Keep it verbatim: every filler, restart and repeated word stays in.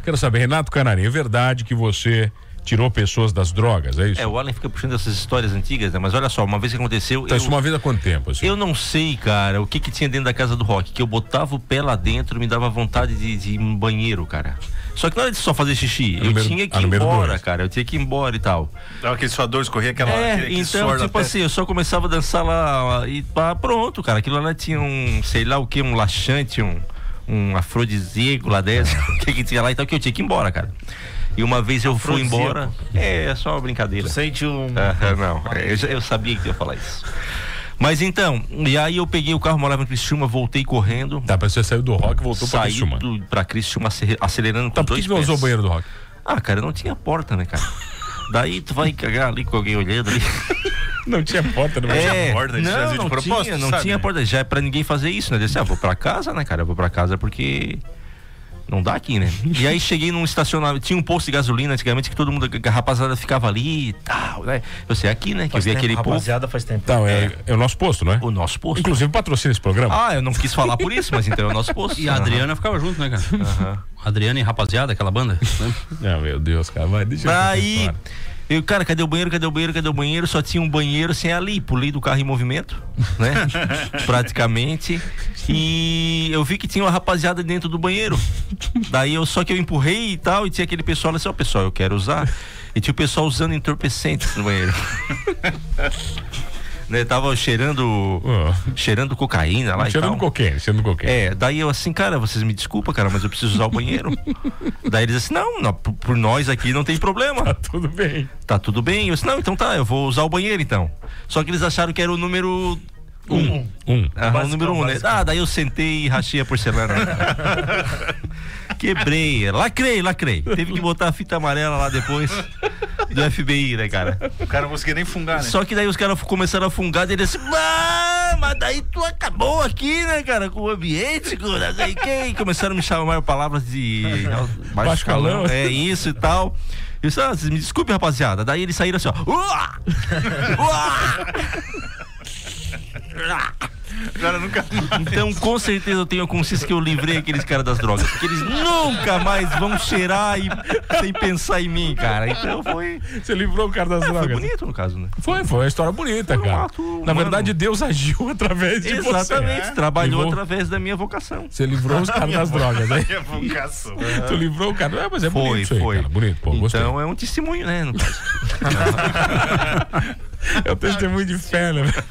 Quero saber, Renato Canarinho, é verdade que você tirou pessoas das drogas, é isso? É, o Alan fica puxando essas histórias antigas, né? Mas olha só, uma vez que aconteceu... Então, eu, isso uma vez há quanto tempo, assim? Eu não sei, cara, o que que tinha dentro da casa do Rock, que eu botava o pé lá dentro, me dava vontade de, de ir no banheiro, cara. Só que não era de só fazer xixi, eu número, tinha que ir embora, dois. cara, eu tinha que ir embora e tal. Dava aquele suador, escorria aquela... É, aquele, aquele então, tipo assim, eu só começava a dançar lá e pá, pronto, cara, aquilo lá tinha um, sei lá o que, um laxante, um, um afrodisíaco lá dentro, o que que tinha lá e tal, que eu tinha que ir embora, cara. E uma vez eu fui embora. É, é só uma brincadeira. Sente um. Ah, não, eu, eu sabia que ia falar isso. Mas então, e aí eu peguei o carro, morava em Criciúma, voltei correndo. Tá, pra você saiu do Rock e voltou pra Criciúma. Saí pra Criciúma acelerando com tá, dois pés. Por que você usou o banheiro do Rock? Ah, cara, não tinha porta, né, cara? Daí tu vai cagar ali com alguém olhando ali. Não tinha porta, não tinha é, porta. Não, não de tinha, não sabe? tinha porta. Já é pra ninguém fazer isso, né? Eu disse, ah, vou pra casa, né, cara? Eu vou pra casa porque... Não dá aqui, né? E aí cheguei num estacionamento, tinha um posto de gasolina antigamente que todo mundo, a rapaziada ficava ali e tal, né? Eu sei, aqui, né? Que faz eu vi tempo, aquele posto. Rapaziada faz tempo. Então, é, é o nosso posto, não é? O nosso posto. Inclusive patrocina esse programa. Ah, eu não quis falar por isso, mas então é o nosso posto. E a Adriana uhum. ficava junto, né, cara? Uhum. Adriana e Rapaziada, aquela banda. Né? Ah, meu Deus, cara, vai, deixa eu Daí, eu, cara, cadê o banheiro, cadê o banheiro, cadê o banheiro? Só tinha um banheiro assim ali, pulei do carro em movimento, né? Praticamente. E eu vi que tinha uma rapaziada dentro do banheiro. Daí eu só que eu empurrei e tal, e tinha aquele pessoal assim, ó, pessoal, eu quero usar. E tinha o pessoal usando entorpecentes no banheiro. Né, tava cheirando oh. cheirando cocaína lá cheirando e tal. cocaína, cheirando cocaína. É, daí eu assim, cara, vocês me desculpam, cara, mas eu preciso usar o banheiro. Daí eles assim, não, não por, por nós aqui não tem problema. Tá tudo bem. Tá tudo bem. Eu disse, não, então tá, eu vou usar o banheiro então. Só que eles acharam que era o número um. Um. Ah, o número um, né? Ah, daí eu sentei e rachei a porcelana. Quebrei, lacrei, lacrei. Teve que botar a fita amarela lá depois do F B I, né, cara? O cara não conseguia nem fungar, né? Só que daí os caras começaram a fungar e eles assim, ah, mas daí tu acabou aqui, né, cara, com o ambiente, com não sei quem. Começaram a me chamar palavras de baixo calão, é isso e tal. Eu disse, ah, vocês me desculpem, rapaziada. Daí eles saíram assim, ó. Uá! Uá! Agora nunca mais. Então, com certeza eu tenho a consciência que eu livrei aqueles caras das drogas. Porque eles nunca mais vão cheirar e, sem pensar em mim, cara. Então foi. Você livrou o cara das é, drogas. Foi bonito, no caso, né? Foi, foi uma história bonita, foi um cara. Na humano. verdade, Deus agiu através de Exatamente, você. Exatamente, trabalhou livrou... através da minha vocação. Você livrou os caras das drogas, né? Minha vocação. Uhum. Tu livrou o cara. É, mas é foi, bonito isso foi. aí, cara. Bonito, pô, então gostei. é um testemunho, né? No caso. É um testemunho de fé, né?